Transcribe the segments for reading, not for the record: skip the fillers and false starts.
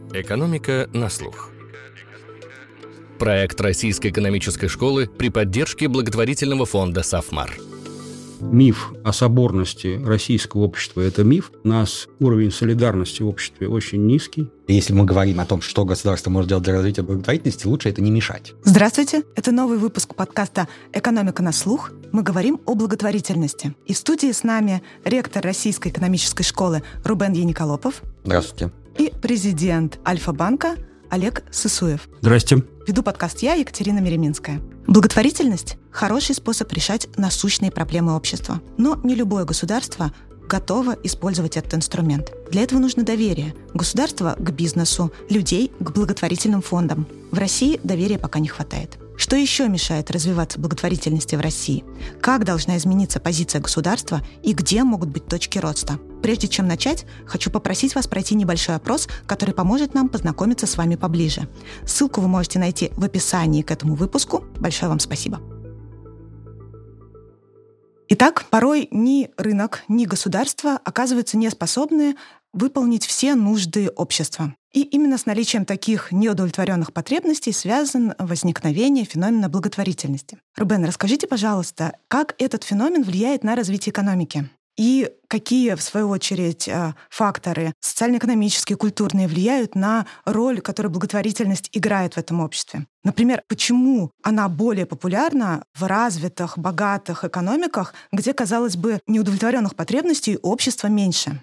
Экономика на слух. Проект Российской экономической школы при поддержке благотворительного фонда «Сафмар». Миф о соборности российского общества – это миф. У нас уровень солидарности в обществе очень низкий. Если мы говорим о том, что государство может делать для развития благотворительности, лучше это не мешать. Здравствуйте! Это новый выпуск подкаста «Экономика на слух». Мы говорим о благотворительности. И в студии с нами ректор Российской экономической школы Рубен Ениколопов. Здравствуйте. И президент Альфа-банка Олег Сысуев. Здрасте. Веду подкаст я, Екатерина Мереминская. Благотворительность – хороший способ решать насущные проблемы общества. Но не любое государство готово использовать этот инструмент. Для этого нужно доверие. Государства к бизнесу, людей к благотворительным фондам. В России доверия пока не хватает. Что еще мешает развиваться благотворительности в России? Как должна измениться позиция государства и где могут быть точки роста? Прежде чем начать, хочу попросить вас пройти небольшой опрос, который поможет нам познакомиться с вами поближе. Ссылку вы можете найти в описании к этому выпуску. Большое вам спасибо. Итак, порой ни рынок, ни государство оказываются неспособны выполнить все нужды общества. И именно с наличием таких неудовлетворенных потребностей связано возникновение феномена благотворительности. Рубен, расскажите, пожалуйста, как этот феномен влияет на развитие экономики? И какие, в свою очередь, факторы социально-экономические, культурные влияют на роль, которую благотворительность играет в этом обществе? Например, почему она более популярна в развитых, богатых экономиках, где, казалось бы, неудовлетворенных потребностей общества меньше?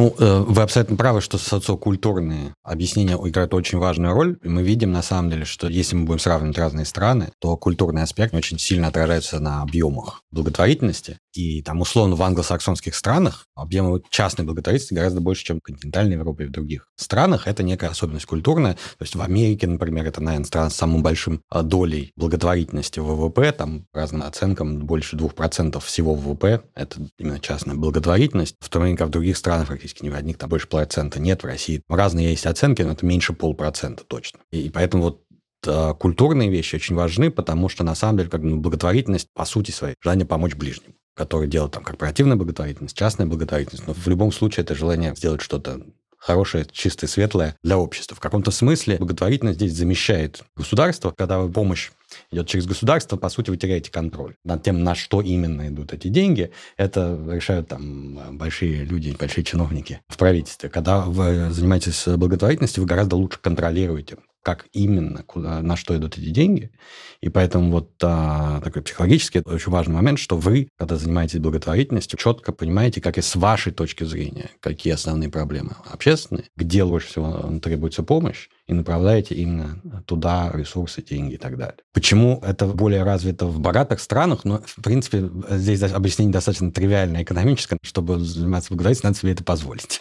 Вы абсолютно правы, что социокультурные объяснения играют очень важную роль. И мы видим, на самом деле, что если мы будем сравнивать разные страны, то культурный аспект очень сильно отражается на объемах благотворительности. И там, условно, в англосаксонских странах объемы частной благотворительности гораздо больше, чем в континентальной Европе и в других странах. Это некая особенность культурная. То есть в Америке, например, это, наверное, страна с самым большим долей благотворительности в ВВП. Там, по разным оценкам, больше 2% всего ВВП. Это именно частная благотворительность. В то время как в других странах практически ни в одних там больше процента нет. В России разные есть оценки, но это меньше 0,5% точно. И поэтому культурные вещи очень важны, потому что, на самом деле, благотворительность, по сути своей, желание помочь ближнему, который делает там корпоративная благотворительность, частная благотворительность, но в любом случае это желание сделать что-то хорошее, чистое, светлое для общества. В каком-то смысле благотворительность здесь замещает государство. Когда помощь идет через государство, по сути, вы теряете контроль над тем, на что именно идут эти деньги. Это решают там большие люди, большие чиновники в правительстве. Когда вы занимаетесь благотворительностью, вы гораздо лучше контролируете, как именно, на что идут эти деньги. И поэтому такой психологически очень важный момент, что вы, когда занимаетесь благотворительностью, четко понимаете, как и с вашей точки зрения, какие основные проблемы общественные, где лучше всего требуется помощь, и направляете именно туда ресурсы, деньги и так далее. Почему это более развито в богатых странах? В принципе, здесь объяснение достаточно тривиальное, экономическое. Чтобы заниматься благотворительностью, надо себе это позволить.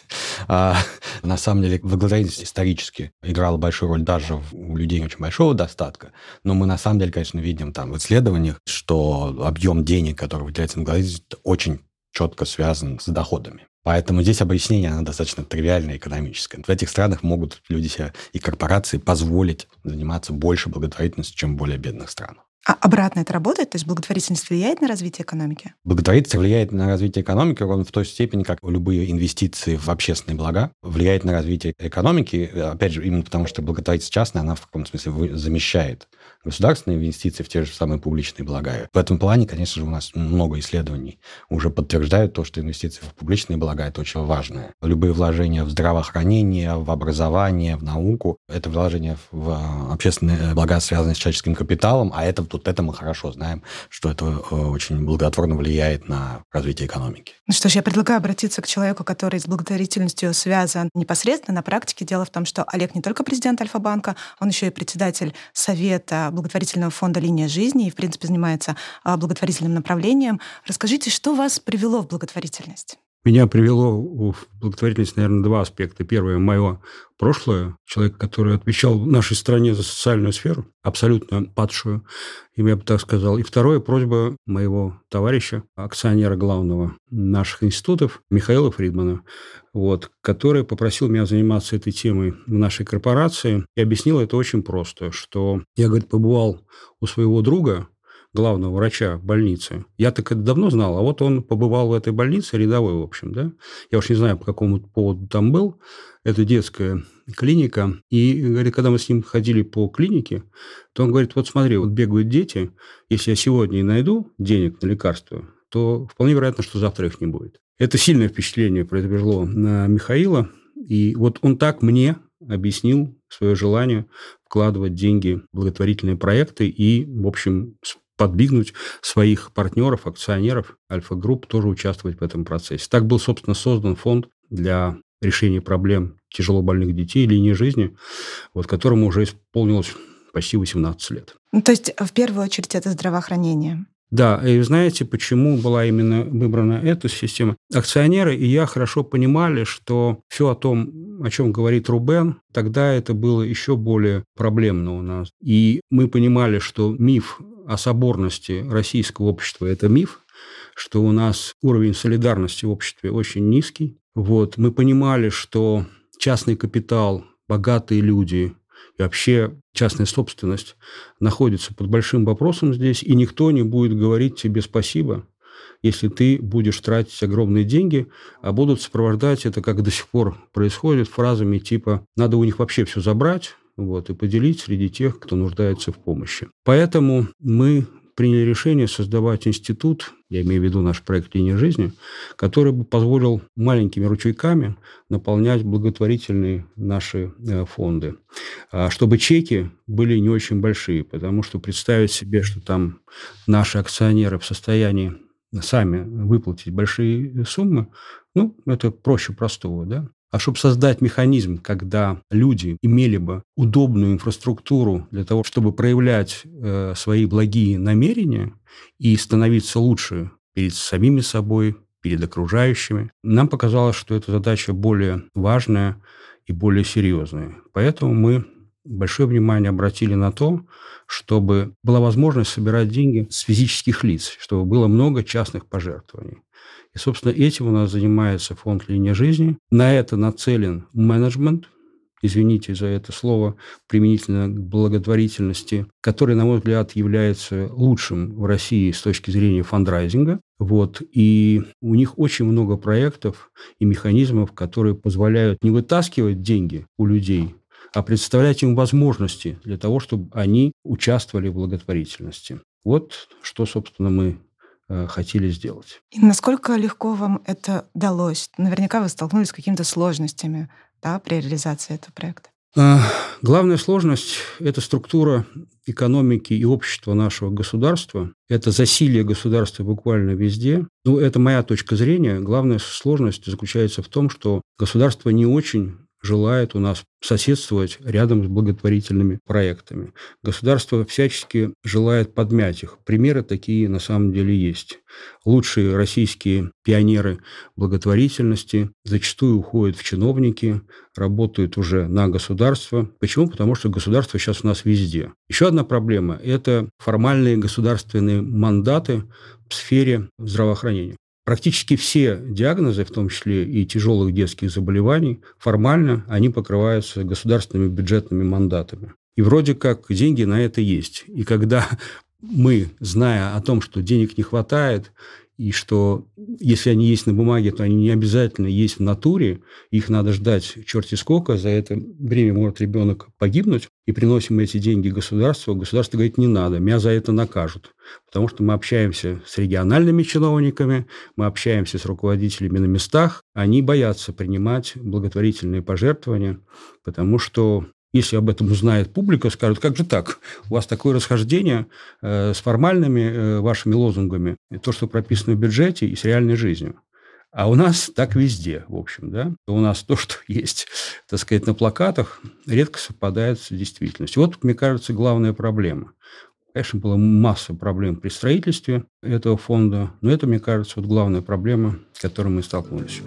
На самом деле, благотворительность исторически играла большую роль даже у людей очень большого достатка. Но мы на самом деле, конечно, видим там в исследованиях, что объем денег, который выделяется на благотворительность, очень четко связан с доходами. Поэтому здесь объяснение, оно достаточно тривиальное, экономическое. В этих странах могут люди себе и корпорации позволить заниматься больше благотворительностью, чем в более бедных странах. А обратно это работает? То есть благотворительность влияет на развитие экономики? Благотворительность влияет на развитие экономики ровно в той степени, как любые инвестиции в общественные блага влияют на развитие экономики. Опять же, именно потому, что благотворительность частная, она в каком-то смысле замещает государственные инвестиции в те же самые публичные блага. В этом плане, конечно же, у нас много исследований уже подтверждают то, что инвестиции в публичные блага – это очень важное. Любые вложения в здравоохранение, в образование, в науку – это вложения в общественные блага, связанные с человеческим капиталом, а это мы хорошо знаем, что это очень благотворно влияет на развитие экономики. Ну что ж, я предлагаю обратиться к человеку, который с благотворительностью связан непосредственно на практике. Дело в том, что Олег не только президент Альфа-банка, он еще и председатель совета благотворительного фонда «Линия жизни» и, в принципе, занимается благотворительным направлением. Расскажите, что вас привело в благотворительность? Меня привело в благотворительность, наверное, два аспекта. Первое – мое прошлое. Человек, который отвечал в нашей стране за социальную сферу, абсолютно падшую, я бы так сказал. И второе – просьба моего товарища, акционера главного наших институтов, Михаила Фридмана, который попросил меня заниматься этой темой в нашей корпорации. И объяснил это очень просто, что я, побывал у своего друга, главного врача больницы. Я так это давно знал, а вот он побывал в этой больнице, рядовой, в общем, да. Я уж не знаю, по какому поводу там был. Это детская клиника. И, говорит, когда мы с ним ходили по клинике, то он говорит, вот смотри, вот бегают дети, если я сегодня не найду денег на лекарства, то вполне вероятно, что завтра их не будет. Это сильное впечатление произвело на Михаила. И вот он так мне объяснил свое желание вкладывать деньги в благотворительные проекты и, в общем, подвигнуть своих партнеров, акционеров Альфа-групп тоже участвовать в этом процессе. Так был, собственно, создан фонд для решения проблем тяжело больных детей, линии жизни, вот, которому уже исполнилось почти 18 лет. То есть, в первую очередь, это здравоохранение. Да, и знаете, почему была именно выбрана эта система? Акционеры и я хорошо понимали, что все о том, о чем говорит Рубен, тогда это было еще более проблемно у нас. И мы понимали, что миф о соборности российского общества – это миф, что у нас уровень солидарности в обществе очень низкий. Вот. Мы понимали, что частный капитал, богатые люди и вообще частная собственность находится под большим вопросом здесь, и никто не будет говорить тебе спасибо, если ты будешь тратить огромные деньги, а будут сопровождать это, как до сих пор происходит, фразами типа «надо у них вообще все забрать», вот, и поделить среди тех, кто нуждается в помощи. Поэтому мы приняли решение создавать институт, я имею в виду наш проект «Линия жизни», который бы позволил маленькими ручейками наполнять благотворительные наши фонды, чтобы чеки были не очень большие, потому что представить себе, что там наши акционеры в состоянии сами выплатить большие суммы, это проще простого, да? А чтобы создать механизм, когда люди имели бы удобную инфраструктуру для того, чтобы проявлять свои благие намерения и становиться лучше перед самими собой, перед окружающими, нам показалось, что эта задача более важная и более серьезная. Поэтому мы большое внимание обратили на то, чтобы была возможность собирать деньги с физических лиц, чтобы было много частных пожертвований. И, собственно, этим у нас занимается фонд «Линия жизни». На это нацелен менеджмент, извините за это слово, применительно к благотворительности, который, на мой взгляд, является лучшим в России с точки зрения фандрайзинга. Вот. И у них очень много проектов и механизмов, которые позволяют не вытаскивать деньги у людей, а представлять им возможности для того, чтобы они участвовали в благотворительности. Вот что, собственно, мы хотели сделать. И насколько легко вам это далось? Наверняка вы столкнулись с какими-то сложностями, да, при реализации этого проекта. Главная сложность – это структура экономики и общества нашего государства. Это засилие государства буквально везде. Это моя точка зрения. Главная сложность заключается в том, что государство не очень желает у нас соседствовать рядом с благотворительными проектами. Государство всячески желает подмять их. Примеры такие на самом деле есть. Лучшие российские пионеры благотворительности зачастую уходят в чиновники, работают уже на государство. Почему? Потому что государство сейчас у нас везде. Еще одна проблема – это формальные государственные мандаты в сфере здравоохранения. Практически все диагнозы, в том числе и тяжелых детских заболеваний, формально они покрываются государственными бюджетными мандатами. И вроде как деньги на это есть. И когда мы, зная о том, что денег не хватает, и что если они есть на бумаге, то они не обязательно есть в натуре, их надо ждать черти сколько, за это время может ребенок погибнуть, и приносим эти деньги государству, государство говорит, не надо, меня за это накажут. Потому что мы общаемся с региональными чиновниками, мы общаемся с руководителями на местах, они боятся принимать благотворительные пожертвования, потому что если об этом узнает публика, скажут, как же так? У вас такое расхождение с формальными вашими лозунгами, то, что прописано в бюджете, и с реальной жизнью. А у нас так везде, в общем, да. У нас то, что есть, так сказать, на плакатах, редко совпадает с действительностью. Вот, мне кажется, главная проблема. Конечно, была масса проблем при строительстве этого фонда, но это, мне кажется, вот главная проблема, с которой мы столкнулись.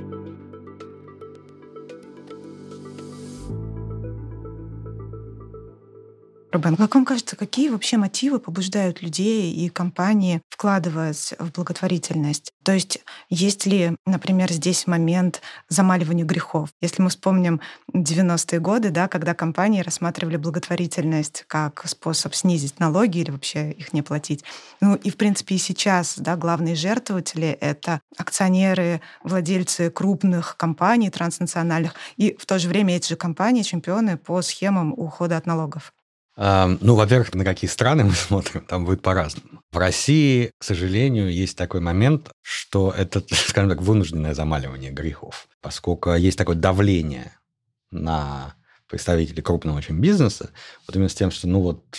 Рубен, как вам кажется, какие вообще мотивы побуждают людей и компании вкладывать в благотворительность? То есть ли, например, здесь момент замаливания грехов? Если мы вспомним 90-е годы, да, когда компании рассматривали благотворительность как способ снизить налоги или вообще их не платить. И, в принципе, и сейчас, да, главные жертвователи — это акционеры, владельцы крупных компаний транснациональных, и в то же время эти же компании — чемпионы по схемам ухода от налогов. Во-первых, на какие страны мы смотрим, там будет по-разному. В России, к сожалению, есть такой момент, что это, скажем так, вынужденное замаливание грехов, поскольку есть такое давление на представителей крупного очень бизнеса, вот именно с тем, что,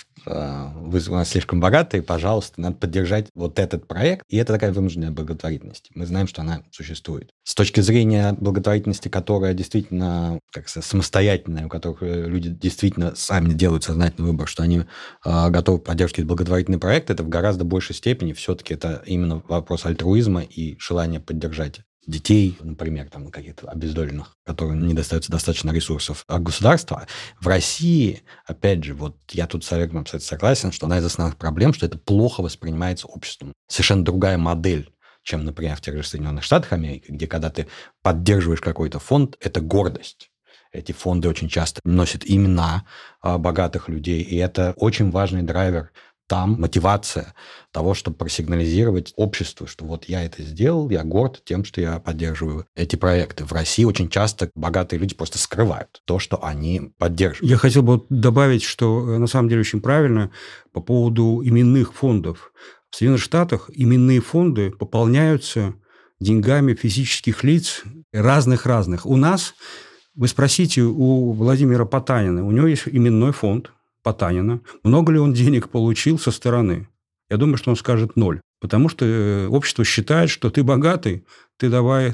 вы у нас слишком богатые, пожалуйста, надо поддержать вот этот проект, и это такая вынужденная благотворительность. Мы знаем, что она существует. С точки зрения благотворительности, которая действительно, самостоятельная, у которых люди действительно сами делают сознательный выбор, что они готовы поддерживать благотворительный проект, это в гораздо большей степени все-таки это именно вопрос альтруизма и желания поддержать детей, например, каких-то обездоленных, которым не достается достаточно ресурсов от государства. В России, опять же, я тут с Олегом абсолютно согласен, что одна из основных проблем, что это плохо воспринимается обществом. Совершенно другая модель, чем, например, в тех же Соединенных Штатах Америки, где когда ты поддерживаешь какой-то фонд, это гордость. Эти фонды очень часто носят имена богатых людей, и это очень важный драйвер там, мотивация того, чтобы просигнализировать обществу, что я это сделал, я горд тем, что я поддерживаю эти проекты. В России очень часто богатые люди просто скрывают то, что они поддерживают. Я хотел бы добавить, что на самом деле очень правильно по поводу именных фондов. В Соединенных Штатах именные фонды пополняются деньгами физических лиц разных-разных. У нас, вы спросите у Владимира Потанина, у него есть именной фонд Потанина. Много ли он денег получил со стороны? Я думаю, что он скажет 0. Потому что общество считает, что ты богатый, ты давай,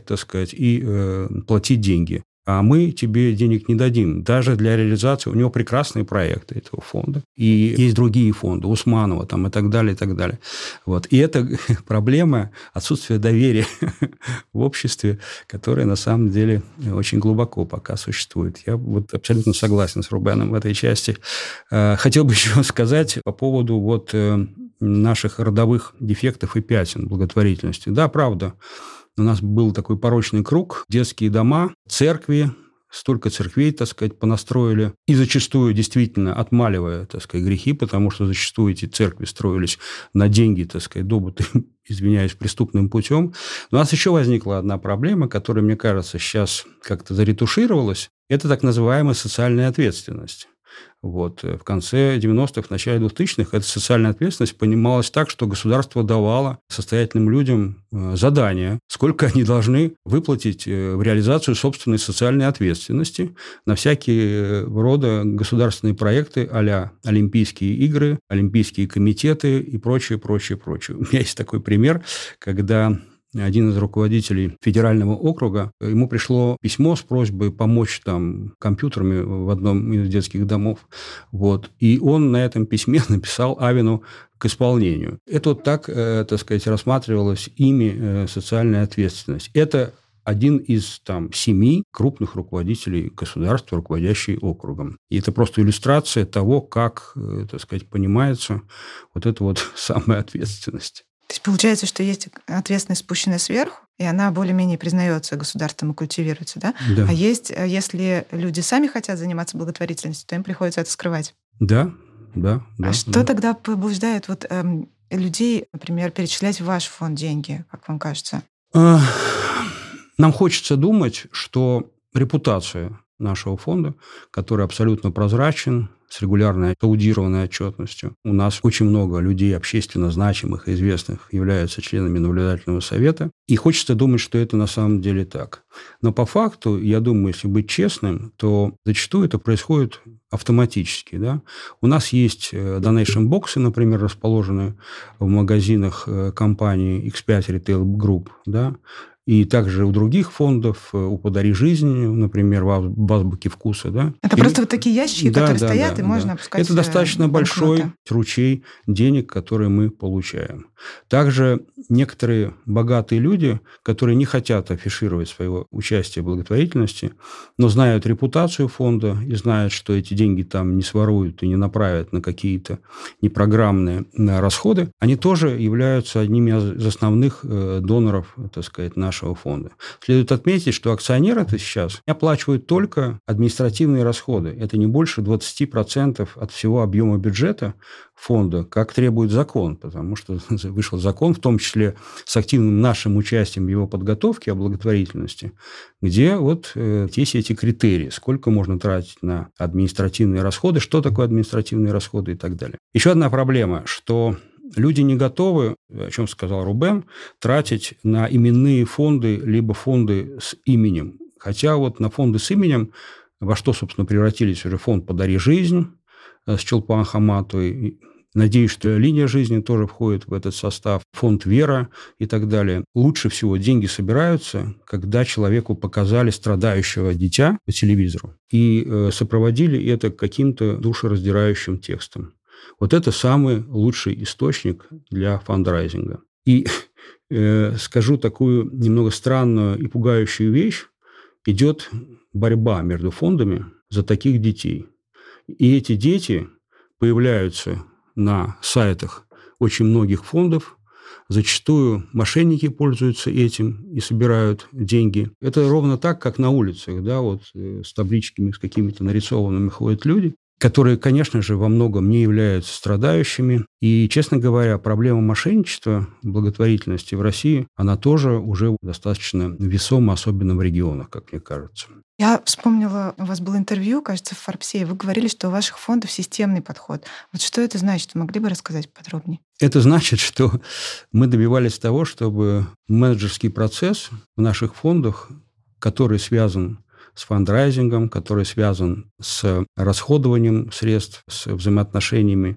и плати деньги. А мы тебе денег не дадим. Даже для реализации. У него прекрасные проекты этого фонда. И есть другие фонды, Усманова и так далее, и так далее. И это проблема отсутствия доверия в обществе, которая на самом деле очень глубоко пока существует. Я абсолютно согласен с Рубеном в этой части. Хотел бы еще сказать по поводу наших родовых дефектов и пятен благотворительности. Да, правда. У нас был такой порочный круг, детские дома, церкви, столько церквей, понастроили, и зачастую действительно отмаливая, грехи, потому что зачастую эти церкви строились на деньги, добытые, извиняюсь, преступным путем. Но у нас еще возникла одна проблема, которая, мне кажется, сейчас как-то заретушировалась. Это так называемая социальная ответственность. В конце 90-х, в начале 2000-х эта социальная ответственность понималась так, что государство давало состоятельным людям задания, сколько они должны выплатить в реализацию собственной социальной ответственности на всякие рода государственные проекты а-ля Олимпийские игры, Олимпийские комитеты и прочее, прочее, прочее. У меня есть такой пример, когда один из руководителей федерального округа, ему пришло письмо с просьбой помочь компьютерами в одном из детских домов. И он на этом письме написал Авину к исполнению. Это так, рассматривалось ими социальная ответственность. Это один из 7 крупных руководителей государства, руководящий округом. И это просто иллюстрация того, как, понимается эта самая ответственность. То есть получается, что есть ответственность, спущенная сверху, и она более-менее признается государством и культивируется, да? Да. А если люди сами хотят заниматься благотворительностью, то им приходится это скрывать. Да. Что тогда побуждает людей, например, перечислять в ваш фонд деньги, как вам кажется? Нам хочется думать, что репутация нашего фонда, который абсолютно прозрачен, с регулярной аудированной отчетностью. У нас очень много людей общественно значимых и известных являются членами наблюдательного совета. И хочется думать, что это на самом деле так. Но по факту, я думаю, если быть честным, то зачастую это происходит автоматически. Да? У нас есть donation-боксы, например, расположенные в магазинах компании X5 Retail Group. Да? И также у других фондов, у «Подари жизнь», например, в «Азбуке вкуса». Да? Это просто вот такие ящики, которые стоят, и можно опускать. Это достаточно большой ручей денег, которые мы получаем. Также некоторые богатые люди, которые не хотят афишировать своего участия в благотворительности, но знают репутацию фонда и знают, что эти деньги там не своруют и не направят на какие-то непрограммные расходы, они тоже являются одними из основных доноров, так сказать, нашего фонда. Следует отметить, что акционеры-то сейчас оплачивают только административные расходы. Это не больше 20% от всего объема бюджета фонда, как требует закон, потому что вышел закон, в том числе с активным нашим участием в его подготовке о благотворительности, где вот есть эти критерии, сколько можно тратить на административные расходы, что такое административные расходы и так далее. Еще одна проблема, что люди не готовы, о чем сказал Рубен, тратить на именные фонды, либо фонды с именем. Хотя вот на фонды с именем, во что, собственно, превратились уже фонд «Подари жизнь» с Чулпан Хаматовой, надеюсь, что «Линия жизни» тоже входит в этот состав, фонд «Вера» и так далее. Лучше всего деньги собираются, когда человеку показали страдающего дитя по телевизору и сопроводили это каким-то душераздирающим текстом. Вот это самый лучший источник для фандрайзинга. И скажу такую немного странную и пугающую вещь. Идет борьба между фондами за таких детей. И эти дети появляются на сайтах очень многих фондов. Зачастую мошенники пользуются этим и собирают деньги. Это ровно так, как на улицах, да, вот с табличками, с какими-то нарисованными ходят люди, которые, конечно же, во многом не являются страдающими. И, честно говоря, проблема мошенничества благотворительности в России, она тоже уже достаточно весома, особенно в регионах, как мне кажется. Я вспомнила, у вас было интервью, кажется, в Форбсе, и вы говорили, что у ваших фондов системный подход. Вот что это значит? Вы могли бы рассказать подробнее? Это значит, что мы добивались того, чтобы менеджерский процесс в наших фондах, который связан с фандрайзингом, который связан с расходованием средств, с взаимоотношениями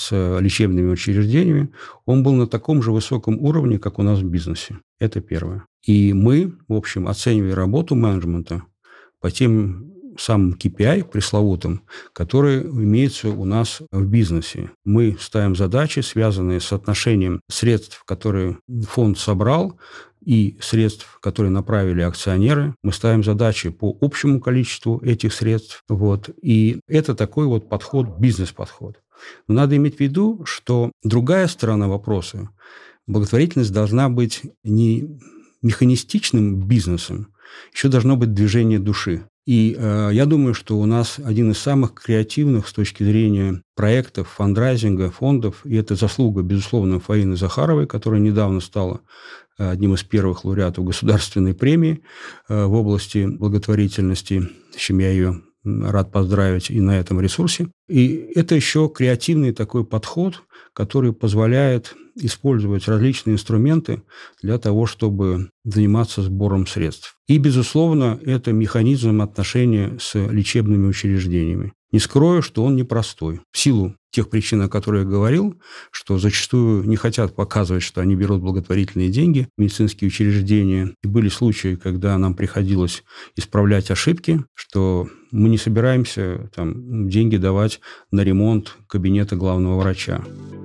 с лечебными учреждениями, он был на таком же высоком уровне, как у нас в бизнесе. Это первое. И мы, в общем, оценивали работу менеджмента по тем самым KPI пресловутым, которые имеются у нас в бизнесе. Мы ставим задачи, связанные с соотношением средств, которые фонд собрал, и средств, которые направили акционеры. Мы ставим задачи по общему количеству этих средств. Вот. И это такой вот подход, бизнес-подход. Но надо иметь в виду, что другая сторона вопроса, благотворительность должна быть не механистичным бизнесом, еще должно быть движение души. И я думаю, что у нас один из самых креативных с точки зрения проектов, фандрайзинга, фондов, и это заслуга, безусловно, Фаины Захаровой, которая недавно стала одним из первых лауреатов государственной премии в области благотворительности, с чем я ее рад поздравить и на этом ресурсе. И это еще креативный такой подход, который позволяет использовать различные инструменты для того, чтобы заниматься сбором средств. И, безусловно, это механизм отношения с лечебными учреждениями. Не скрою, что он непростой. В силу тех причин, о которых я говорил, что зачастую не хотят показывать, что они берут благотворительные деньги в медицинские учреждения. И были случаи, когда нам приходилось исправлять ошибки, что мы не собираемся там деньги давать на ремонт кабинета главного врача.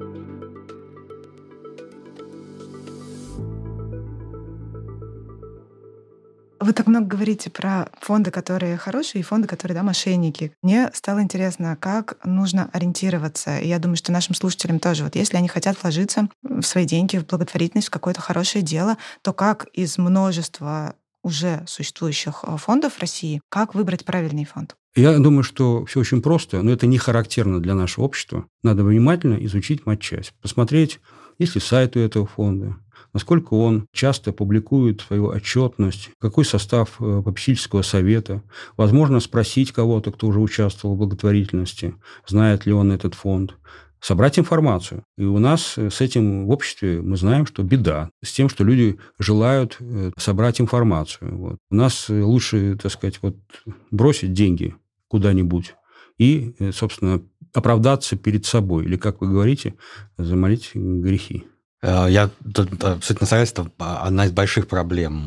Вы так много говорите про фонды, которые хорошие, и фонды, которые, да, мошенники. Мне стало интересно, как нужно ориентироваться. И я думаю, что нашим слушателям тоже. Вот если они хотят вложиться в свои деньги, в благотворительность, в какое-то хорошее дело, то как из множества уже существующих фондов в России, как выбрать правильный фонд? Я думаю, что все очень просто, но это не характерно для нашего общества. Надо внимательно изучить матчасть, посмотреть, есть ли сайт у этого фонда, насколько он часто публикует свою отчетность, какой состав попечительского совета. Возможно, спросить кого-то, кто уже участвовал в благотворительности, знает ли он этот фонд. Собрать информацию. И у нас с этим в обществе мы знаем, что беда. С тем, что люди желают собрать информацию. Вот. У нас лучше, так сказать, вот, бросить деньги куда-нибудь и, собственно, оправдаться перед собой. Или, как вы говорите, замолить грехи. Я абсолютно согласен, это одна из больших проблем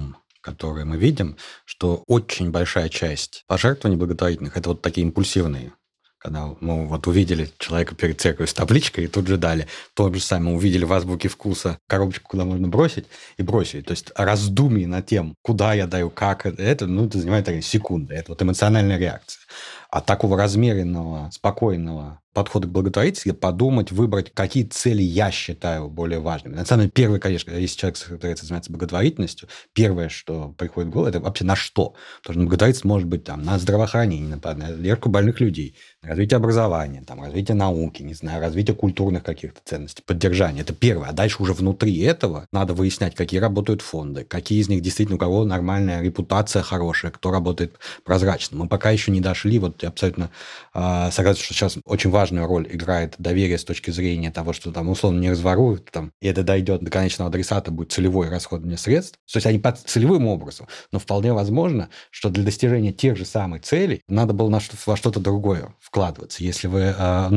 которые мы видим, что очень большая часть пожертвований благотворительных – это вот такие импульсивные. Когда мы вот увидели человека перед церковью с табличкой и тут же дали. То же самое увидели в азбуке вкуса коробочку, куда можно бросить, и бросили. То есть раздумий над тем, куда я даю, как это занимает секунды. Это вот эмоциональная реакция. А такого размеренного, спокойного подхода к благотворительности подумать, выбрать, какие цели я считаю более важными. На самом деле, первое, конечно, если человек занимается благотворительностью, первое, что приходит в голову, это вообще на что? Потому что благотворительность может быть там, на здравоохранение, на поддержку больных людей, на развитие образования, там, развитие науки, не знаю, развитие культурных каких-то ценностей, поддержание. Это первое. А дальше уже внутри этого надо выяснять, какие работают фонды, какие из них действительно, у кого нормальная репутация хорошая, кто работает прозрачно. Мы пока еще не дошли, вот я абсолютно согласен, что сейчас очень важную роль играет доверие с точки зрения того, что там условно не разворуют, там, и это дойдет до конечного адресата, будет целевое расходование средств. То есть они под целевым образом, но вполне возможно, что для достижения тех же самых целей надо было во что-то другое вкладываться. Если вы,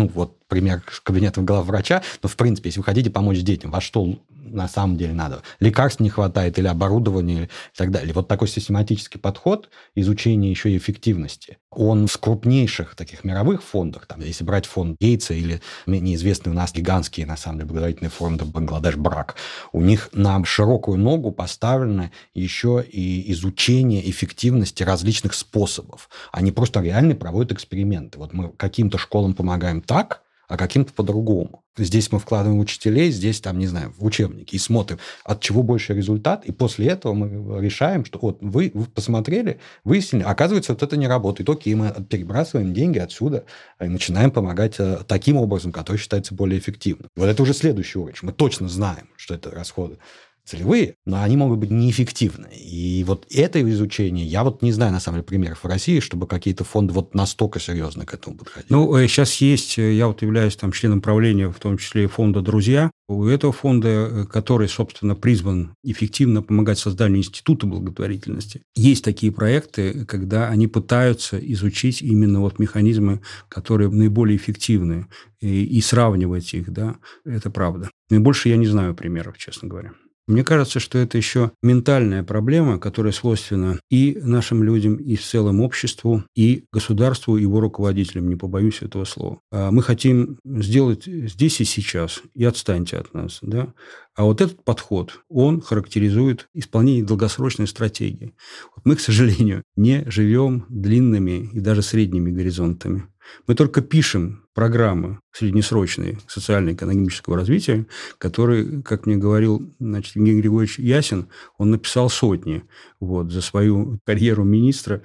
пример кабинета главврача, в принципе, если вы хотите помочь детям, во что на самом деле надо? Лекарств не хватает или оборудования и так далее. Вот такой систематический подход изучения еще и эффективности, он в крупнейших таких мировых фондах, там, если брать фонд Гейтса или неизвестные у нас гигантские, на самом деле, благотворительные фонды Бангладеш, БРАК, у них на широкую ногу поставлено еще и изучение эффективности различных способов. Они просто реально проводят эксперименты. Вот мы каким-то школам помогаем так, а каким-то по-другому. Здесь мы вкладываем учителей, здесь, там, не знаю, в учебники и смотрим, от чего больше результат, и после этого мы решаем, что вот вы посмотрели, выяснили, оказывается, вот это не работает. Окей, мы перебрасываем деньги отсюда и начинаем помогать таким образом, который считается более эффективным. Вот это уже следующий уровень. Мы точно знаем, что это расходы целевые, но они могут быть неэффективны. И вот это изучение, я вот не знаю, на самом деле, примеров в России, чтобы какие-то фонды вот настолько серьезно к этому подходили. Сейчас есть, я вот являюсь там членом правления, в том числе и фонда «Друзья». У этого фонда, который, собственно, призван эффективно помогать созданию института благотворительности, есть такие проекты, когда они пытаются изучить именно вот механизмы, которые наиболее эффективны, и сравнивать их, да, это правда. И больше я не знаю примеров, честно говоря. Мне кажется, что это еще ментальная проблема, которая свойственна и нашим людям, и в целом обществу, и государству, и его руководителям, не побоюсь этого слова. Мы хотим сделать здесь и сейчас, и отстаньте от нас. Да? А вот этот подход, он характеризует исполнение долгосрочной стратегии. Вот мы, к сожалению, не живем длинными и даже средними горизонтами. Мы только пишем программы среднесрочные социально-экономического развития, которые, как мне говорил Евгений Григорьевич Ясин, он написал сотни за свою карьеру министра,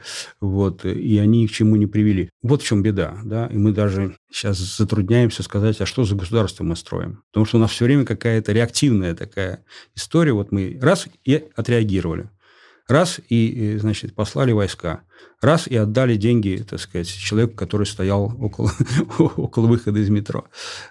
и они ни к чему не привели. Вот в чем беда. Да? И мы даже сейчас затрудняемся сказать, а что за государство мы строим. Потому что у нас все время какая-то реактивная такая история. Вот мы раз и отреагировали. Раз и, послали войска. Раз и отдали деньги, так сказать, человеку, который стоял около выхода из метро.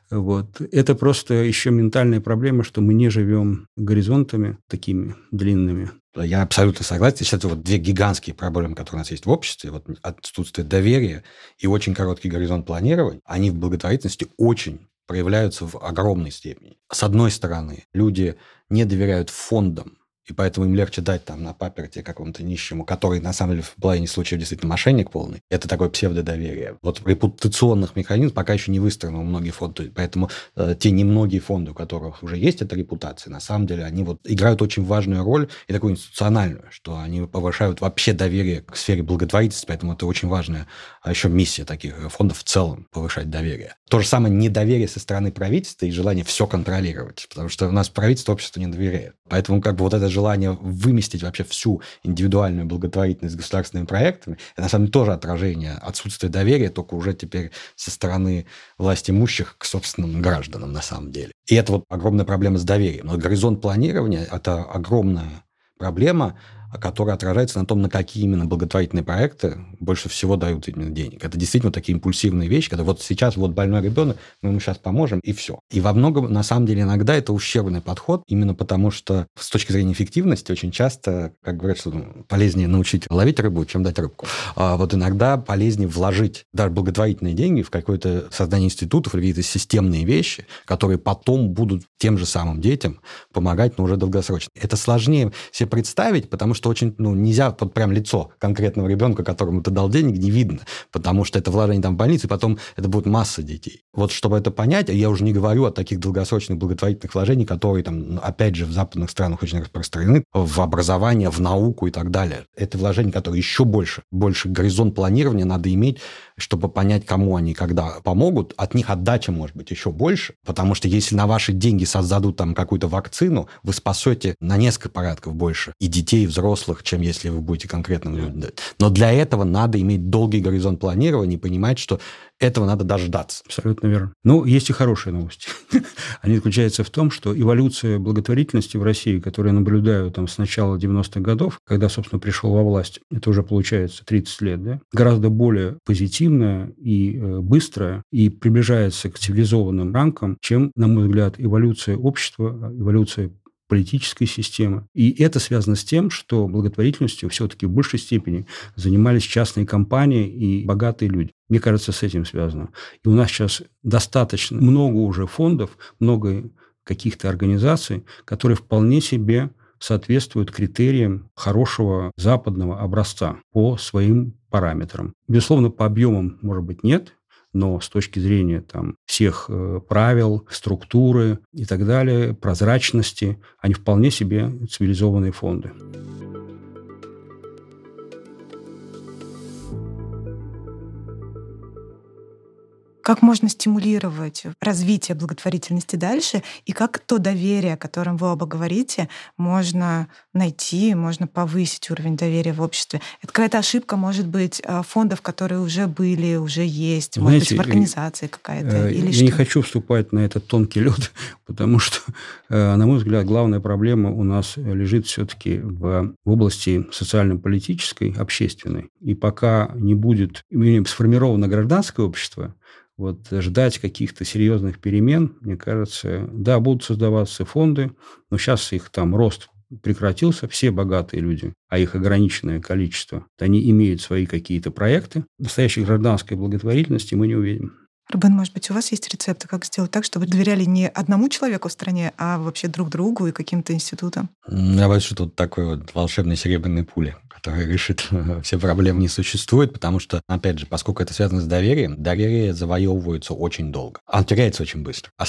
Это просто еще ментальная проблема, что мы не живем горизонтами такими длинными. Я абсолютно согласен. Сейчас вот две гигантские проблемы, которые у нас есть в обществе. Вот отсутствие доверия и очень короткий горизонт планирования, они в благотворительности очень проявляются в огромной степени. С одной стороны, люди не доверяют фондам, и поэтому им легче дать там на паперти какому-то нищему, который, на самом деле, в половине случаев действительно мошенник полный. Это такое псевдодоверие. Вот репутационных механизмов пока еще не выстроено у многих фондов. Поэтому те немногие фонды, у которых уже есть эта репутация, на самом деле, они играют очень важную роль и такую институциональную, что они повышают вообще доверие к сфере благотворительности. Поэтому это очень важная еще миссия таких фондов в целом, повышать доверие. То же самое недоверие со стороны правительства и желание все контролировать. Потому что у нас правительство обществу не доверяет. Поэтому вот это желание выместить вообще всю индивидуальную благотворительность государственными проектами, это на самом деле тоже отражение отсутствия доверия, только уже теперь со стороны власть имущих к собственным гражданам на самом деле. И это огромная проблема с доверием. Но горизонт планирования – это огромная проблема, которая отражается на том, на какие именно благотворительные проекты больше всего дают именно денег. Это действительно такие импульсивные вещи, когда сейчас больной ребенок, мы ему сейчас поможем, и все. И во многом, на самом деле, иногда это ущербный подход, именно потому что с точки зрения эффективности очень часто, как говорят, что полезнее научить ловить рыбу, чем дать рыбку. А иногда полезнее вложить даже благотворительные деньги в какое-то создание институтов или какие-то системные вещи, которые потом будут тем же самым детям помогать, но уже долгосрочно. Это сложнее себе представить, потому что что очень, нельзя под прям лицо конкретного ребенка, которому ты дал денег, не видно, потому что это вложение там в больницу, и потом это будет масса детей. Вот чтобы это понять, я уже не говорю о таких долгосрочных благотворительных вложениях, которые там, опять же, в западных странах очень распространены, в образование, в науку и так далее. Это вложения, которые еще больше горизонт планирования надо иметь, чтобы понять, кому они когда помогут. От них отдача может быть еще больше, потому что если на ваши деньги создадут там какую-то вакцину, вы спасете на несколько порядков больше и детей, и взрослых, чем если вы будете конкретным людям дать. Но для этого надо иметь долгий горизонт планирования и понимать, что этого надо дождаться. Абсолютно верно. Есть и хорошие новости. Они заключаются в том, что эволюция благотворительности в России, которую я наблюдаю там с начала 90-х годов, когда, собственно, пришел во власть, это уже получается 30 лет, да, гораздо более позитивная и быстрая, и приближается к цивилизованным рамкам, чем, на мой взгляд, эволюция общества, эволюция политической системы. И это связано с тем, что благотворительностью все-таки в большей степени занимались частные компании и богатые люди. Мне кажется, с этим связано. И у нас сейчас достаточно много уже фондов, много каких-то организаций, которые вполне себе соответствуют критериям хорошего западного образца по своим параметрам. Безусловно, по объемам, может быть, нет, но с точки зрения там, всех правил, структуры и так далее, прозрачности, они вполне себе цивилизованные фонды. Как можно стимулировать развитие благотворительности дальше, и как то доверие, о котором вы оба говорите, можно найти, можно повысить уровень доверия в обществе? Это какая-то ошибка, может быть, фондов, которые уже были, уже есть, может быть, в организации какая-то? Или я не хочу вступать на этот тонкий лед, потому что, на мой взгляд, главная проблема у нас лежит все-таки в области социально-политической, общественной. И пока не будет сформировано гражданское общество, ждать каких-то серьезных перемен, мне кажется, да, будут создаваться фонды, но сейчас их там рост прекратился, все богатые люди, а их ограниченное количество, они имеют свои какие-то проекты. Настоящей гражданской благотворительности мы не увидим. Рубен, может быть, у вас есть рецепты, как сделать так, чтобы доверяли не одному человеку в стране, а вообще друг другу и каким-то институтам? Я боюсь, что тут такой волшебной серебряной пули, которая решит все проблемы, не существует, потому что, опять же, поскольку это связано с доверием, доверие завоевывается очень долго. Оно теряется очень быстро. А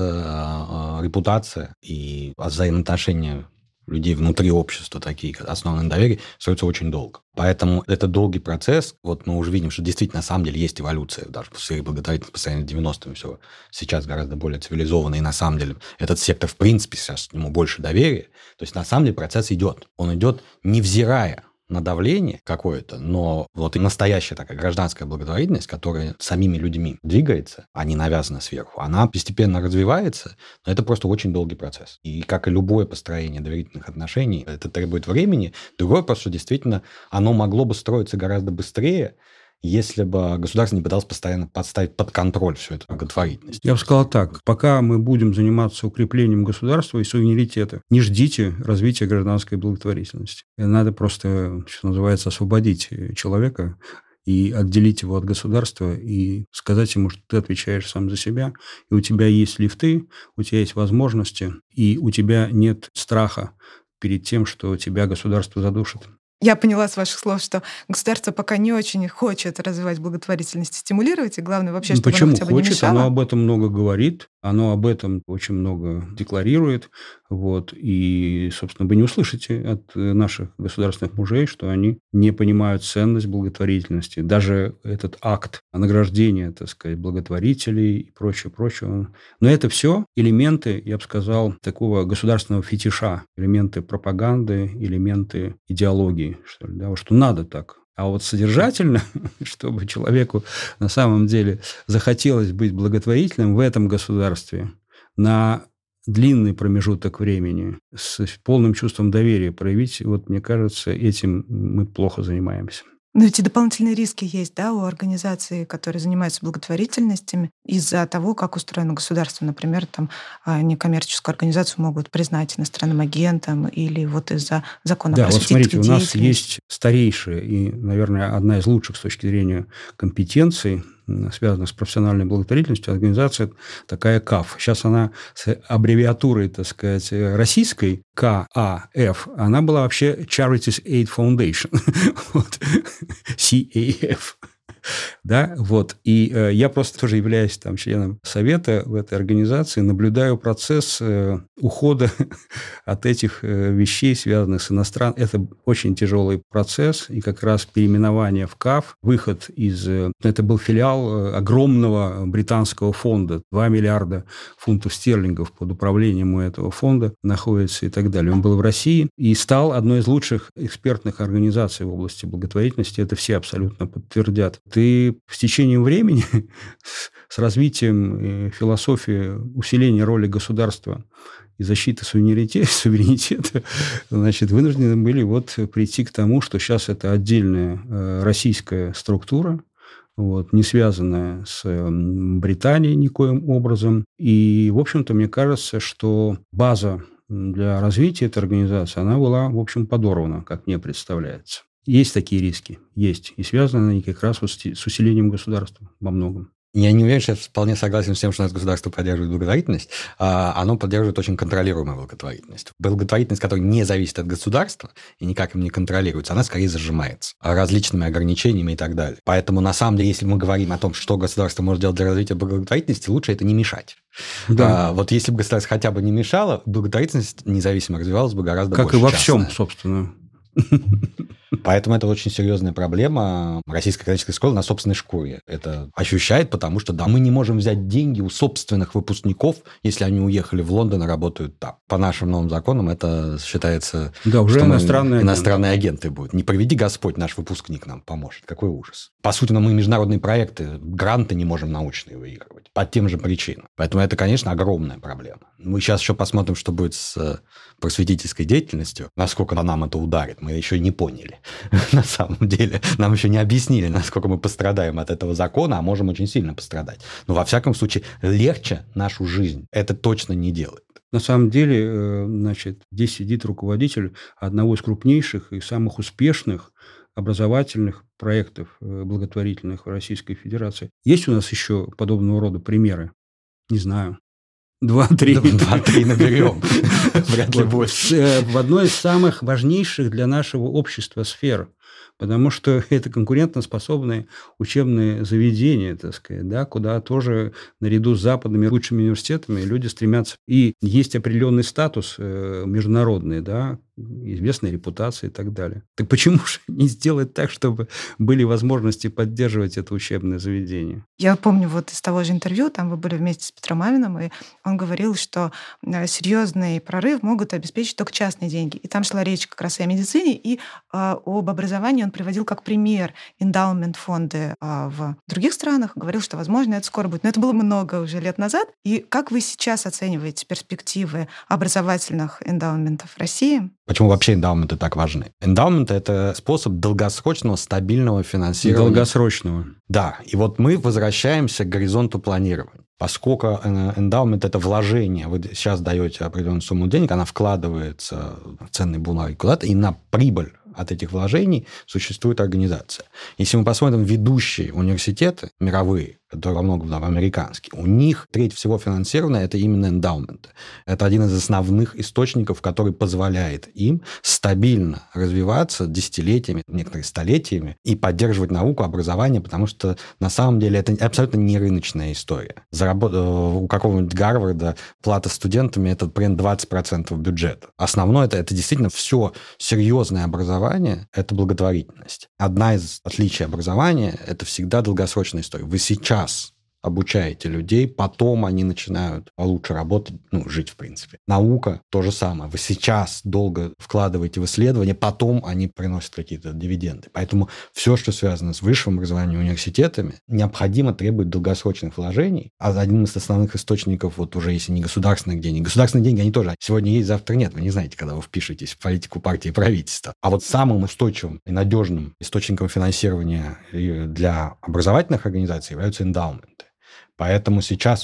строится репутация и взаимоотношения людей внутри общества, такие, основанные на доверии, строятся очень долго. Поэтому это долгий процесс. Мы уже видим, что действительно на самом деле есть эволюция даже в сфере благотворительности по сравнению с 90-ми. Все сейчас гораздо более цивилизованно. И на самом деле этот сектор в принципе сейчас к нему больше доверия. То есть на самом деле процесс идет. Он идет невзирая на давление какое-то, но и настоящая такая гражданская благотворительность, которая самими людьми двигается, а не навязана сверху, она постепенно развивается, но это просто очень долгий процесс. И как и любое построение доверительных отношений, это требует времени. Другое просто, что действительно оно могло бы строиться гораздо быстрее, если бы государство не пыталось постоянно подставить под контроль всю эту благотворительность. Я бы сказал так. Пока мы будем заниматься укреплением государства и суверенитета, не ждите развития гражданской благотворительности. Надо просто, что называется, освободить человека и отделить его от государства и сказать ему, что ты отвечаешь сам за себя, и у тебя есть лифты, у тебя есть возможности, и у тебя нет страха перед тем, что тебя государство задушит. Я поняла с ваших слов, что государство пока не очень хочет развивать благотворительность и стимулировать, и главное вообще, чтобы оно хотя бы не мешало. Почему хочет? Оно об этом много говорит, оно об этом очень много декларирует. И, собственно, вы не услышите от наших государственных мужей, что они не понимают ценность благотворительности. Даже этот акт награждения, так сказать, благотворителей и прочее. Но это все элементы, я бы сказал, такого государственного фетиша, элементы пропаганды, элементы идеологии, что надо так. А содержательно, чтобы человеку на самом деле захотелось быть благотворительным в этом государстве на длинный промежуток времени, с полным чувством доверия проявить, мне кажется, этим мы плохо занимаемся. Но эти дополнительные риски есть, да, у организаций, которые занимаются благотворительностями, из-за того, как устроено государство. Например, некоммерческую организацию могут признать иностранным агентом или из-за закона о просветительской деятельности. У нас есть старейшая и, наверное, одна из лучших с точки зрения компетенций связанных с профессиональной благотворительностью, организация такая КАФ. Сейчас она с аббревиатурой, так сказать, российской, КАФ, она была вообще Charities Aid Foundation, CAF. Да, вот. И я просто тоже являюсь там членом совета в этой организации, наблюдаю процесс ухода от этих вещей, связанных с иностранным. Это очень тяжелый процесс, и как раз переименование в КАФ, выход из... Это был филиал огромного британского фонда, 2 миллиарда фунтов стерлингов под управлением у этого фонда находится и так далее. Он был в России и стал одной из лучших экспертных организаций в области благотворительности. Это все абсолютно подтвердят. И с течением времени, с развитием философии усиления роли государства и защиты суверенитета, значит, вынуждены были прийти к тому, что сейчас это отдельная российская структура, не связанная с Британией никоим образом. И, в общем-то, мне кажется, что база для развития этой организации, она была, в общем, подорвана, как мне представляется. Есть такие риски, есть. И связаны они как раз с усилением государства во многом. Я не уверен, что я вполне согласен с тем, что у нас государство поддерживает благотворительность. Оно поддерживает очень контролируемую благотворительность. Благотворительность, которая не зависит от государства и никак им не контролируется, она скорее зажимается различными ограничениями и так далее. Поэтому, на самом деле, если мы говорим о том, что государство может делать для развития благотворительности, лучше это не мешать. Да. Если бы государство хотя бы не мешало, благотворительность независимо развивалась бы гораздо больше. Как и во всем, собственно. Поэтому это очень серьезная проблема. Российская экономическая школа на собственной шкуре это ощущает, потому что, мы не можем взять деньги у собственных выпускников, если они уехали в Лондон и работают там. По нашим новым законам это считается... Да, уже иностранные агенты будут. Не приведи Господь, наш выпускник нам поможет. Какой ужас. По сути, мы международные проекты, гранты не можем научные выигрывать. По тем же причинам. Поэтому это, конечно, огромная проблема. Мы сейчас еще посмотрим, что будет с просветительской деятельностью, насколько нам это ударит. Мы еще не поняли. На самом деле. Нам еще не объяснили, насколько мы пострадаем от этого закона, а можем очень сильно пострадать. Но, во всяком случае, легче нашу жизнь это точно не делает. На самом деле, здесь сидит руководитель одного из крупнейших и самых успешных образовательных проектов благотворительных в Российской Федерации. Есть у нас еще подобного рода примеры? Не знаю. 2-3. 2-3 наберем. Вряд ли больше. В одной из самых важнейших для нашего общества сфер. Потому что это конкурентоспособные учебные заведения, так сказать, да, куда тоже наряду с западными лучшими университетами люди стремятся. И есть определенный статус международный, да, известная репутация и так далее. Так почему же не сделать так, чтобы были возможности поддерживать это учебное заведение? Я помню из того же интервью, там вы были вместе с Петром Авиным, и он говорил, что серьезный прорыв могут обеспечить только частные деньги. И там шла речь как раз и о медицине, и об образовании он приводил как пример эндаумент-фонды в других странах, говорил, что, возможно, это скоро будет. Но это было много уже лет назад. И как вы сейчас оцениваете перспективы образовательных эндаументов в России? Почему вообще эндаументы так важны? Эндаументы – это способ долгосрочного, стабильного финансирования. Долгосрочного. Да. И мы возвращаемся к горизонту планирования. Поскольку эндаумент – это вложение, вы сейчас даете определенную сумму денег, она вкладывается в ценные бумаги куда-то, и на прибыль от этих вложений существует организация. Если мы посмотрим ведущие университеты мировые, которые во многом американские, у них треть всего финансирования – это именно эндаументы. Это один из основных источников, который позволяет им стабильно развиваться десятилетиями, некоторые столетиями, и поддерживать науку, образование, потому что на самом деле это абсолютно не рыночная история. У какого-нибудь Гарварда плата студентами – это примерно 20% бюджета. Основное это действительно все серьезное образование – это благотворительность. Одна из отличий образования – это всегда долгосрочная история. Вы сейчас обучаете людей, потом они начинают лучше работать, жить в принципе. Наука – то же самое. Вы сейчас долго вкладываете в исследования, потом они приносят какие-то дивиденды. Поэтому все, что связано с высшим образованием и университетами, необходимо требует долгосрочных вложений. А один из основных источников, уже если не государственных денег. Государственные деньги, они тоже сегодня есть, завтра нет. Вы не знаете, когда вы впишетесь в политику партии и правительства. А самым устойчивым и надежным источником финансирования для образовательных организаций являются эндаументы. Поэтому сейчас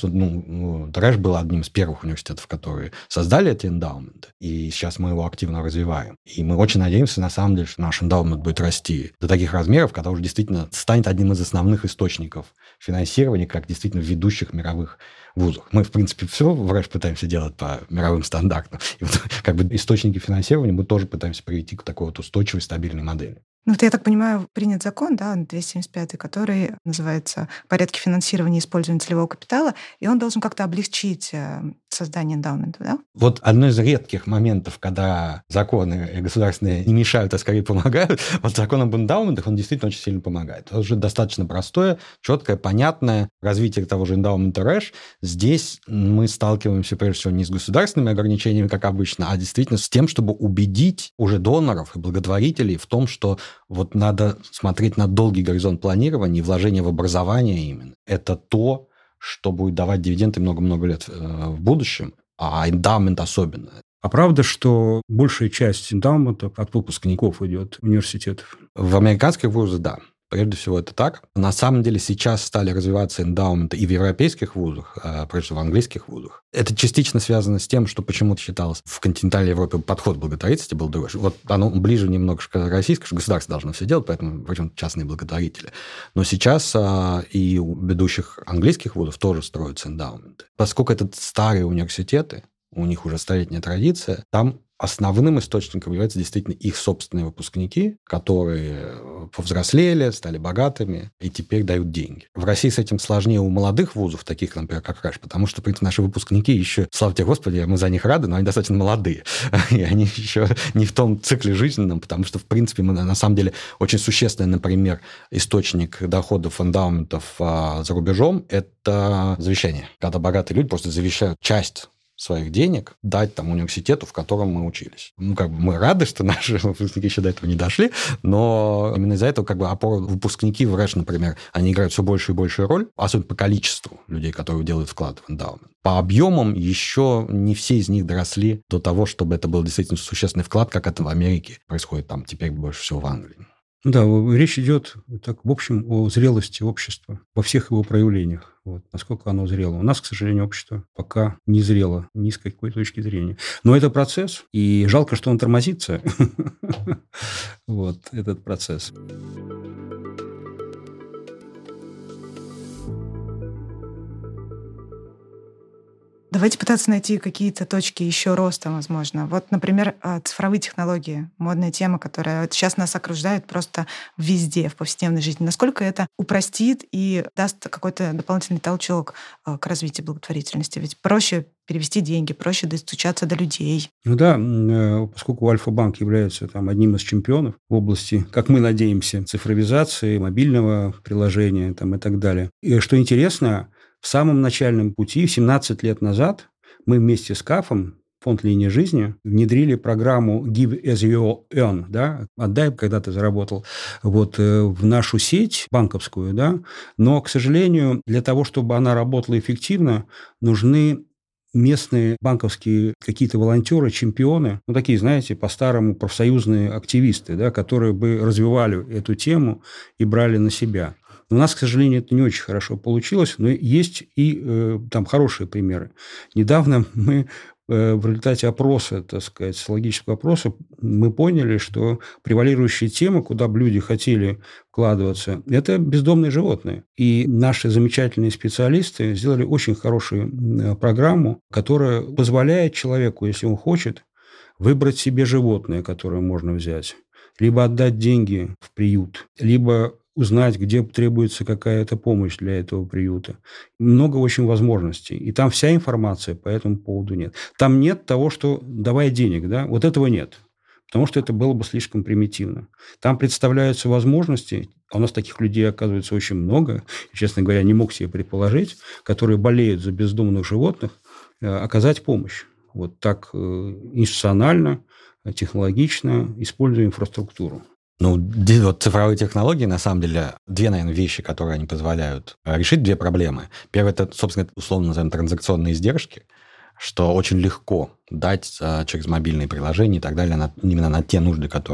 Трэш был одним из первых университетов, которые создали эти эндаументы, и сейчас мы его активно развиваем. И мы очень надеемся, на самом деле, что наш эндаумент будет расти до таких размеров, когда уже действительно станет одним из основных источников финансирования, как действительно в ведущих мировых вузах. Мы, в принципе, все в РЭШ пытаемся делать по мировым стандартам. И вот, как бы источники финансирования мы тоже пытаемся привести к такой вот устойчивой, стабильной модели. Вот я так понимаю, принят закон, 275, который называется «Порядки финансирования и использования целевого капитала», и он должен как-то облегчить создание эндаумента, да? Вот одно из редких моментов, когда законы государственные не мешают, а скорее помогают, вот закон об эндаументах, он действительно очень сильно помогает. Это уже достаточно простое, четкое, понятное развитие того же эндаумента РЭШ. Здесь мы сталкиваемся, прежде всего, не с государственными ограничениями, как обычно, а действительно с тем, чтобы убедить уже доноров и благотворителей в том, что вот надо смотреть на долгий горизонт планирования и вложения в образование именно. Это то, что будет давать дивиденды много-много лет в будущем, а эндаумент особенно. А правда, что большая часть эндаументов от выпускников идет университетов? В американских вузах, да. Прежде всего, это так. На самом деле сейчас стали развиваться эндаументы и в европейских вузах, прежде всего в английских вузах. Это частично связано с тем, что почему-то считалось в континентальной Европе подход благотворительности был другой. Вот оно ближе немножко к российскому, что государство должно все делать, поэтому причем частные благотворители. Но сейчас и у ведущих английских вузов тоже строятся эндаументы. Поскольку это старые университеты, у них уже столетняя традиция, там основным источником являются действительно их собственные выпускники, которые повзрослели, стали богатыми и теперь дают деньги. В России с этим сложнее у молодых вузов, таких, например, как РЭШ, потому что, в принципе, наши выпускники еще, слава тебе Господи, мы за них рады, но они достаточно молодые. И они еще не в том цикле жизненном, потому что, в принципе, мы, на самом деле, очень существенный, например, источник доходов эндауметов за рубежом – это завещание. Когда богатые люди просто завещают часть своих денег дать там университету, в котором мы учились. Мы рады, что наши выпускники еще до этого не дошли, но именно из-за этого выпускники в РЭШ, например, они играют все больше и большую роль, особенно по количеству людей, которые делают вклад в эндаумент. По объемам еще не все из них доросли до того, чтобы это был действительно существенный вклад, как это в Америке происходит там теперь больше всего в Англии. Да, речь идет, так, в общем, о зрелости общества во всех его проявлениях. Вот, насколько оно зрело. У нас, к сожалению, общество пока не зрело ни с какой точки зрения. Но это процесс, и жалко, что он тормозится. Вот этот процесс. Давайте пытаться найти какие-то точки еще роста, возможно. Вот, например, цифровые технологии, модная тема, которая сейчас нас окружает просто везде, в повседневной жизни. Насколько это упростит и даст какой-то дополнительный толчок к развитию благотворительности? Ведь проще перевести деньги, проще достучаться до людей. Ну да, поскольку Альфа-банк является одним из чемпионов в области, как мы надеемся, цифровизации, мобильного приложения и так далее. И что интересно, в самом начальном пути, 17 лет назад, мы вместе с КАФом, фонд «Линия жизни», внедрили программу «Give as you earn», да, «Отдай, когда ты заработал», в нашу сеть банковскую, да, но, к сожалению, для того, чтобы она работала эффективно, нужны местные банковские какие-то волонтеры, чемпионы, такие, знаете, по-старому профсоюзные активисты, да, которые бы развивали эту тему и брали на себя. У нас, к сожалению, это не очень хорошо получилось, но есть и там хорошие примеры. Недавно мы в результате опроса, социологического опроса, мы поняли, что превалирующая тема, куда бы люди хотели вкладываться, это бездомные животные. И наши замечательные специалисты сделали очень хорошую программу, которая позволяет человеку, если он хочет, выбрать себе животное, которое можно взять, либо отдать деньги в приют, либо узнать, где требуется какая-то помощь для этого приюта. Много очень возможностей. И там вся информация по этому поводу нет. Там нет того, что давай денег, да? Вот этого нет. Потому что это было бы слишком примитивно. Там представляются возможности, а у нас таких людей, оказывается, очень много, честно говоря, не мог себе предположить, которые болеют за бездомных животных, оказать помощь. Вот так институционально, технологично, используя инфраструктуру. Цифровые технологии, на самом деле, две, наверное, вещи, которые они позволяют решить, две проблемы. Первое, это, собственно, условно назовем, транзакционные издержки, что очень легко дать через мобильные приложения и так далее именно на те нужды, которые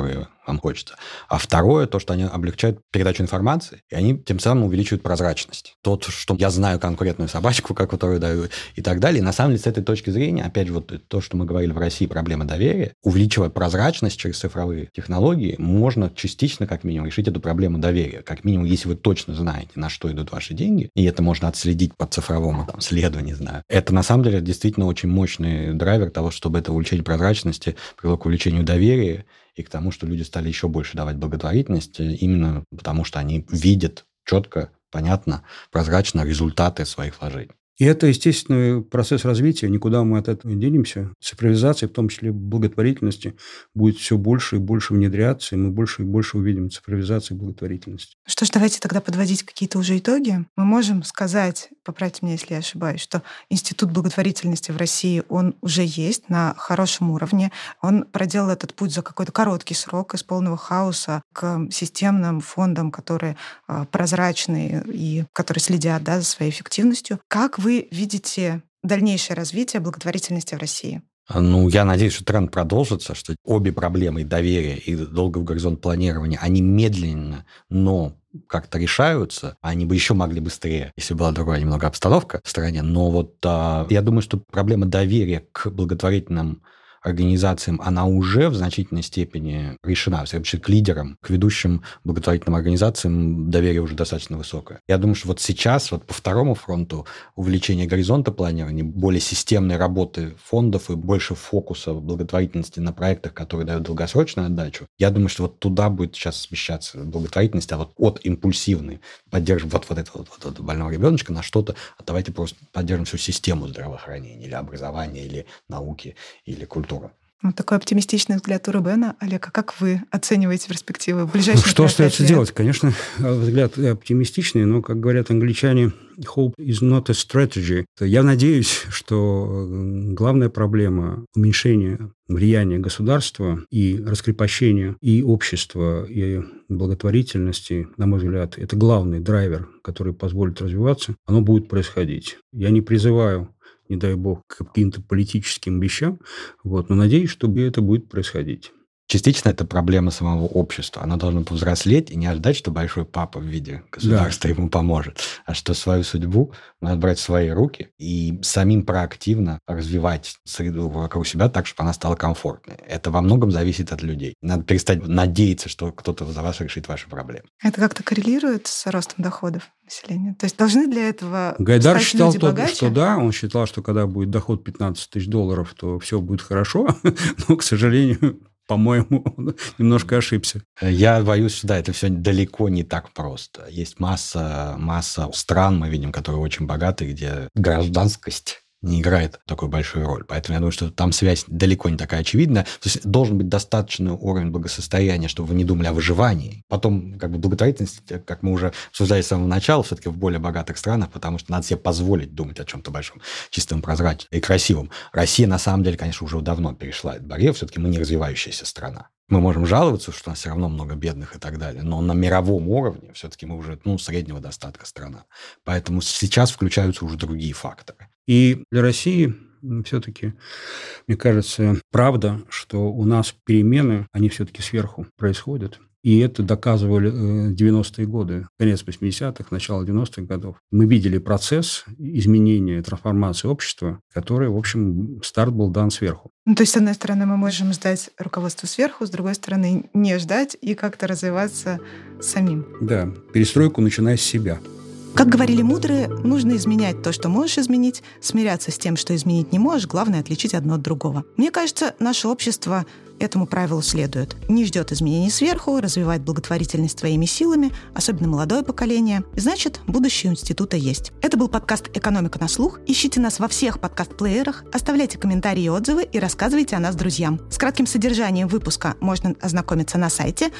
нам хочется. А второе, то, что они облегчают передачу информации, и они тем самым увеличивают прозрачность. То, что я знаю конкретную собачку, которую даю, и так далее. И на самом деле, с этой точки зрения, опять же, вот то, что мы говорили в России, проблема доверия, увеличивая прозрачность через цифровые технологии, можно частично, как минимум, решить эту проблему доверия. Как минимум, если вы точно знаете, на что идут ваши деньги, и это можно отследить по цифровому следу, не знаю. Это, на самом деле, действительно очень мощный драйвер того, чтобы это увеличение прозрачности привело к увеличению доверия и к тому, что люди стали еще больше давать благотворительность, именно потому что они видят четко, понятно, прозрачно результаты своих вложений. И это естественный процесс развития, никуда мы от этого не денемся. Цифровизация, в том числе благотворительности, будет все больше и больше внедряться, и мы больше и больше увидим цифровизацию благотворительности. Что ж, давайте тогда подводить какие-то уже итоги. Мы можем сказать, поправьте меня, если я ошибаюсь, что Институт благотворительности в России, он уже есть на хорошем уровне. Он проделал этот путь за какой-то короткий срок из полного хаоса к системным фондам, которые прозрачные и которые следят за своей эффективностью. Как вы видите дальнейшее развитие благотворительности в России? Я надеюсь, что тренд продолжится, что обе проблемы, и доверие, и долгий горизонт планирования, они медленно, но как-то решаются. Они бы еще могли быстрее, если была другая немного обстановка в стране. Но я думаю, что проблема доверия к благотворительным организациям, она уже в значительной степени решена. Вообще к лидерам, к ведущим благотворительным организациям доверие уже достаточно высокое. Я думаю, что вот сейчас по второму фронту увеличение горизонта планирования, более системной работы фондов и больше фокуса благотворительности на проектах, которые дают долгосрочную отдачу, я думаю, что туда будет сейчас смещаться благотворительность, а от импульсивной поддержим этого больного ребеночка на что-то, давайте просто поддержим всю систему здравоохранения или образования, или науки, или культуры. Вот такой оптимистичный взгляд у Рубена. Олег, а как вы оцениваете перспективы в ближайшие 5 лет? Что остается делать? Конечно, взгляд оптимистичный, но, как говорят англичане, hope is not a strategy. Я надеюсь, что главная проблема уменьшения влияния государства и раскрепощения и общества, и благотворительности, на мой взгляд, это главный драйвер, который позволит развиваться, оно будет происходить. Я не призываю, не дай бог, к каким-то политическим вещам, но надеюсь, что это будет происходить. Частично это проблема самого общества. Оно должно повзрослеть и не ожидать, что большой папа в виде государства ему поможет, а что свою судьбу надо брать в свои руки и самим проактивно развивать среду вокруг себя так, чтобы она стала комфортной. Это во многом зависит от людей. Надо перестать надеяться, что кто-то за вас решит ваши проблемы. Это как-то коррелирует с ростом доходов населения? То есть должны для этого Гайдар стать считал, люди богаче? что да, он считал, что когда будет доход $15 тысяч, то все будет хорошо, но, к сожалению, по-моему, немножко ошибся. Я боюсь, что это все далеко не так просто. Есть масса стран, мы видим, которые очень богаты, где гражданскость не играет такой большую роль. Поэтому я думаю, что там связь далеко не такая очевидная. То есть должен быть достаточный уровень благосостояния, чтобы вы не думали о выживании. Потом, благотворительность, как мы уже обсуждали с самого начала, все-таки в более богатых странах, потому что надо себе позволить думать о чем-то большом, чистом, прозрачном и красивом. Россия, на самом деле, конечно, уже давно перешла этот барьер. Все-таки мы не развивающаяся страна. Мы можем жаловаться, что у нас все равно много бедных и так далее, но на мировом уровне все-таки мы уже среднего достатка страна. Поэтому сейчас включаются уже другие факторы. И для России все-таки, мне кажется, правда, что у нас перемены, они все-таки сверху происходят. И это доказывали 90-е годы, конец 80-х, начало 90-х годов. Мы видели процесс изменения, трансформации общества, который, в общем, старт был дан сверху. То есть, с одной стороны, мы можем ждать руководства сверху, с другой стороны, не ждать и как-то развиваться самим. Да, перестройку начиная с себя. Как говорили мудрые, нужно изменять то, что можешь изменить, смиряться с тем, что изменить не можешь, главное — отличить одно от другого. Мне кажется, наше общество этому правилу следует. Не ждет изменений сверху, развивает благотворительность своими силами, особенно молодое поколение. И значит, будущее у института есть. Это был подкаст «Экономика на слух». Ищите нас во всех подкаст-плеерах, оставляйте комментарии и отзывы и рассказывайте о нас друзьям. С кратким содержанием выпуска можно ознакомиться на сайте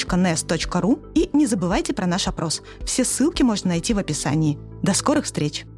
guru.nes.ru и не забывайте про наш опрос. Все ссылки можно найти в описании. До скорых встреч!